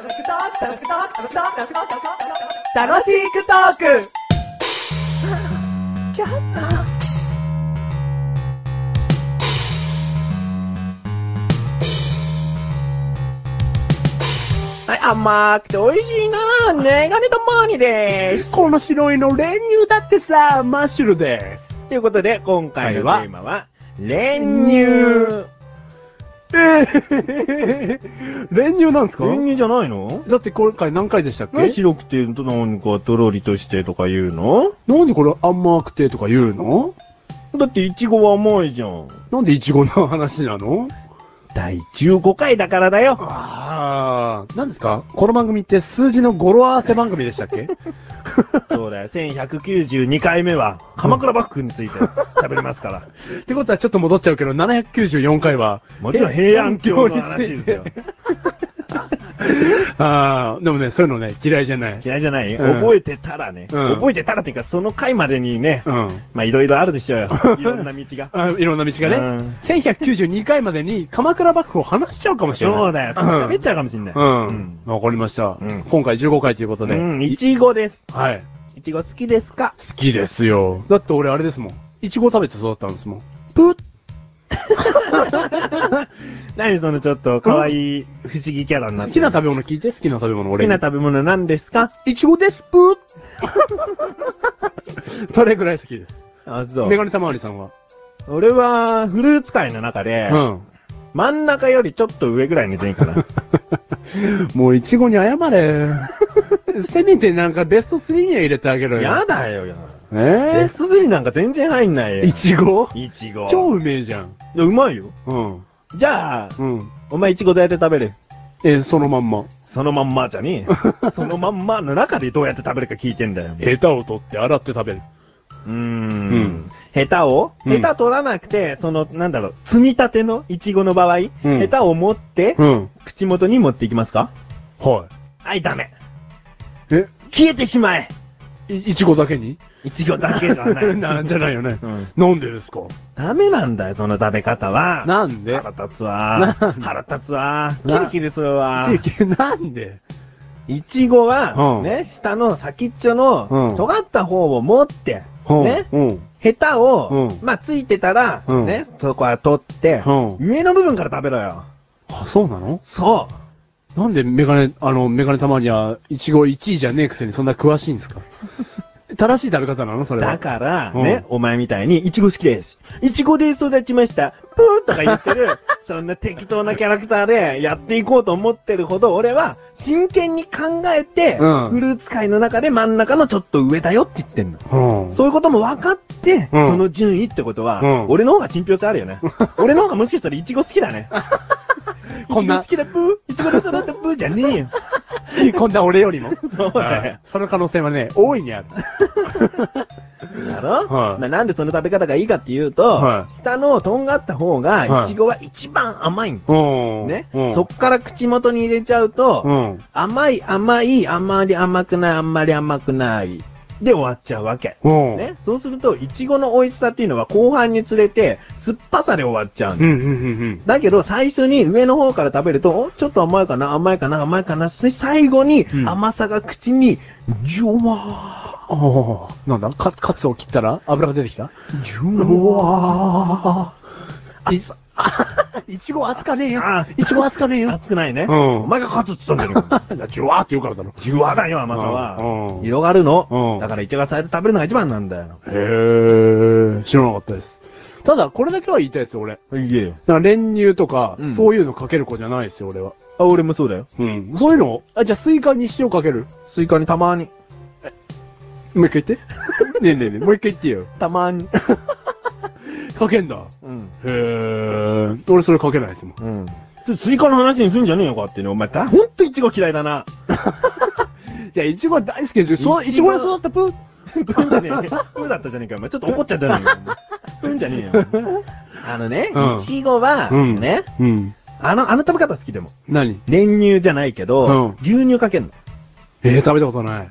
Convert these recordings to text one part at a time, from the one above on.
楽しくトークはい、甘くて美味しいなメガネとマーニでーす。 この白いの練乳だってさ、マッシュルです。 ということで、今回のテーマは、練乳。 練乳なんですか？ 練乳じゃないの？ だって今回何回でしたっけ？ 白くて、なんかとろりとしてとか言うの？ なんでこれ甘くてとか言うの？ だってイチゴは甘いじゃん。 なんでイチゴの話なの？ 第15回だからだよ。 ああ、何ですか？この番組って数字の語呂合わせ番組でしたっけ？ そうだよ。1192回目は、鎌倉幕府について喋りますから。 ってことはちょっと戻っちゃうけど、794回は、 もちろん平安京の話ですよ。 ああ、でもね、そういうのね、嫌いじゃない。 嫌いじゃない、覚えてたらね。覚えてたらっていうか、その回までにね、まあいろいろあるでしょうよ。いろんな道が。 いろんな道がね。1192回までに鎌倉幕府を話しちゃうかもしれない。 そうだよ。喋っちゃうかもしれない。 わかりました。今回15回ということで。 いちごです。 はい。 いちご好きですか？ 好きですよ。だって俺あれですもん。いちご食べて育ったんですもん。ぷっ何そのちょっと可愛い不思議キャラになって。 好きな食べ物聞いて、好きな食べ物俺。 好きな食べ物何ですか？ いちごです、ぷっそれぐらい好きです。 あ、そう。 メガネたまわりさんは？ 俺は、フルーツ界の中で、真ん中よりちょっと上ぐらいに順位かな。 もういちごに謝れ。せめてなんかベスト3には入れてあげろよ。 やだよ。ベスト3なんか全然入んないよ。 いちご？ いちご。 超うめえじゃん。 うまいよ。じゃあ、お前いちごどうやって食べる？ そのまんま。 そのまんまじゃねえ。そのまんまの中でどうやって食べるか聞いてんだよ。 ヘタを取って洗って食べる。 ヘタ取らなくて、なんだろう、積み立てのイチゴの場合、ヘタを持って、口元に持っていきますか？ はい。 はい、ダメ。消えてしまえ！ いちごだけに？ いちごだけじゃない。 なんじゃないよね。なんでですか？ ダメなんだよ、その食べ方は。 なんで？ 腹立つわ。腹立つわ。キリキリするわ。 なんで？ いちごは、ね、下の先っちょの、尖った方を持って、ね、ヘタを、まあ、ついてたら、ね、そこは取って、上の部分から食べろよ。 あ、そうなの？ そう。 なんでメガネたまには、いちご1位じゃねえくせにそんな詳しいんですか？正しい食べ方なのそれは。 だから、ね、お前みたいに、いちご好きです。いちごで育ちました。ぷーとか言ってる、そんな適当なキャラクターでやっていこうと思ってるほど、俺は真剣に考えて、フルーツ界の中で真ん中のちょっと上だよって言ってんの。そういうことも分かって、その順位ってことは、俺の方が信憑性あるよね。俺の方がもしかしたらいちご好きだね。いちご好きだぷー、いちごで育ったぷーじゃねえよ。 こんな俺よりも。 そうだよ。 その可能性はね、大いにある。 だろ？まあ、なんでその食べ方がいいかっていうと、下のとんがった方が、いちごは一番甘いんね。そっから口元に入れちゃうと、甘い、あんまり甘くない、あんまり甘くない。で終わっちゃうわけ。ね。そうすると、いちごの美味しさっていうのは後半につれて、酸っぱさで終わっちゃうの。だけど、最初に上の方から食べると、ちょっと甘いかな。最後に甘さが口に、ジュワー。なんだカツを切ったら油が出てきた？ ジュワー。いちご熱かねえよ。いちご熱かねえよ。 熱くないね。お前がカツって言ったんだよ。 ジュワーって言うからだろ。 ジュワーだよ、甘さは。広がるの。だからいちごが最初食べるのが一番なんだよ。 知らなかったです。ただ、これだけは言いたいですよ、俺。 いえよ。 だから練乳とか、そういうのかける子じゃないですよ、俺は。 あ、俺もそうだよ。 そういうのじゃあスイカに塩かける？ スイカにたまに。 もう一回言って。ねえ、もう一回言ってよ。 たまに。 かけんだ。俺それかけないですもん。 スイカの話にすんじゃねえよかってね。お前、ほんとイチゴ嫌いだな。 いや、イチゴは大好きですよ。イチゴで育ったプー。 プーじゃねえよ。プーだったじゃねえか。お前、ちょっと怒っちゃったじゃねえか。プーじゃねえよ。イチゴは、ね。あの食べ方好きでも。 何？ 練乳じゃないけど、牛乳かけんの。 食べたことない。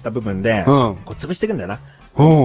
スプーンの、もっこりした部分で、こう潰していくんだよな。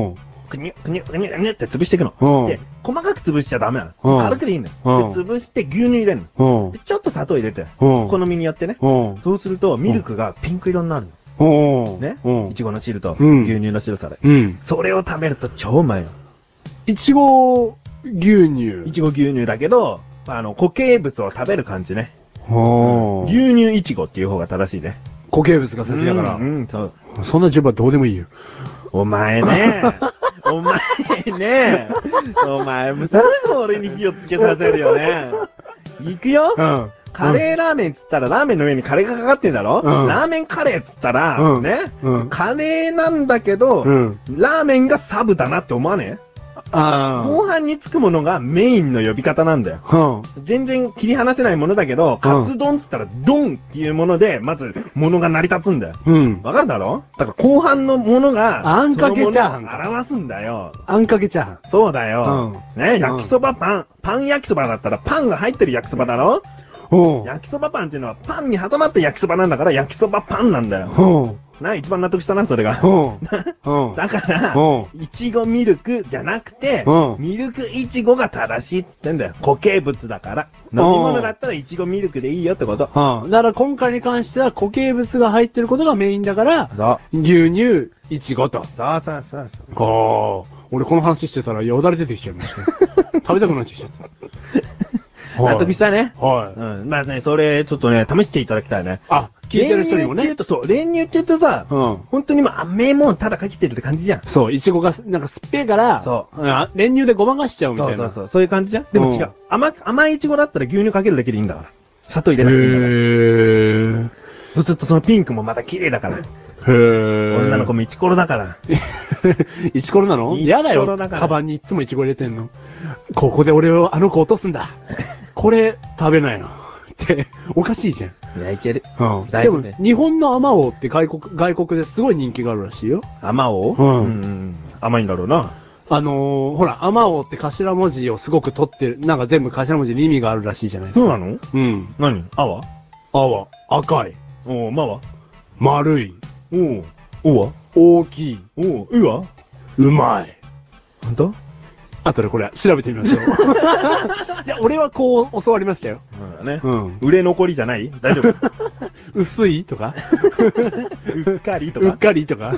くにゅって潰していくの。で、細かく潰しちゃダメなの。軽くでいいんだよ。で、潰して牛乳入れるの。で、ちょっと砂糖入れて、好みによってね。そうすると、ミルクがピンク色になるの。ね。いちごの汁と牛乳の白さで。それを食べると超うまいの。 いちご牛乳。 いちご牛乳だけど、固形物を食べる感じね。牛乳いちごっていう方が正しいね。 固形物が先だから。そう。そんな順番どうでもいいよ。 お前ね。お前ね。お前もすぐ俺に火をつけさせるよね。行くよ。カレーラーメンっつったらラーメンの上にカレーがかかってんだろ、ラーメンカレーっつったら、ね、カレーなんだけど、ラーメンがサブだなって思わねえ？後半につくものがメインの呼び方なんだよ。全然切り離せないものだけど、カツ丼っつったらドンっていうもので、まず物が成り立つんだよ。わかるだろ？だから後半のものが、 あんかけチャーハンを表すんだよ。 あんかけチャーハン。 そうだよ。ね、焼きそばパン焼きそばだったらパンが入ってる焼きそばだろ？焼きそばパンっていうのはパンに挟まった焼きそばなんだから焼きそばパンなんだよ。一番納得したな、それが。だから、いちごミルクじゃなくて、ミルクいちごが正しいっつってんだよ。固形物だから。飲み物だったらいちごミルクでいいよってこと。 だから今回に関しては固形物が入ってることがメインだから、牛乳、いちごと。 そう。 俺この話してたらよだれ出てきちゃいました。食べたくなっちゃった。 納得したね。 まあね、それ、ちょっとね、試していただきたいね。 聞いてる人にもね。 練乳って言うとさ、本当に甘いもんただかけてるって感じじゃん。 そう、いちごがなんか酸っぱいから、練乳でごまかしちゃうみたいな。 そういう感じじゃん。でも違う。甘いいちごだったら牛乳かけるだけでいいんだから。砂糖入れなくていいんだから。そうするとそのピンクもまた綺麗だから。女の子もイチコロだから。 イチコロなの？嫌だよ。カバンにいつもイチゴ入れてんの。ここで俺をあの子落とすんだ。これ食べないの。って、おかしいじゃん。 いや、いける。 でも、日本のアマオって外国ですごい人気があるらしいよ。 アマオ？甘いんだろうな。 ほら、アマオって頭文字をすごく取ってる、なんか全部頭文字に意味があるらしいじゃないですか。 そうなの？何？泡？ 赤い。 マは？ 丸い。 おは？ 大きい。 うは？ うまい。 ほんと？ 後でこれ調べてみましょう。いや、俺はこう教わりましたよ。 売れ残りじゃない？大丈夫？ 薄いとかうっかりとか。 うっかりとか。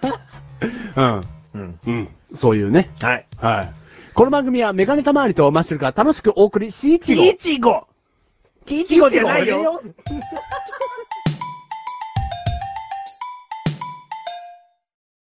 そういうね。 はい。 この番組はメガネたまわりとマッシュルが楽しくお送りしいちご。 いちごじゃないよ。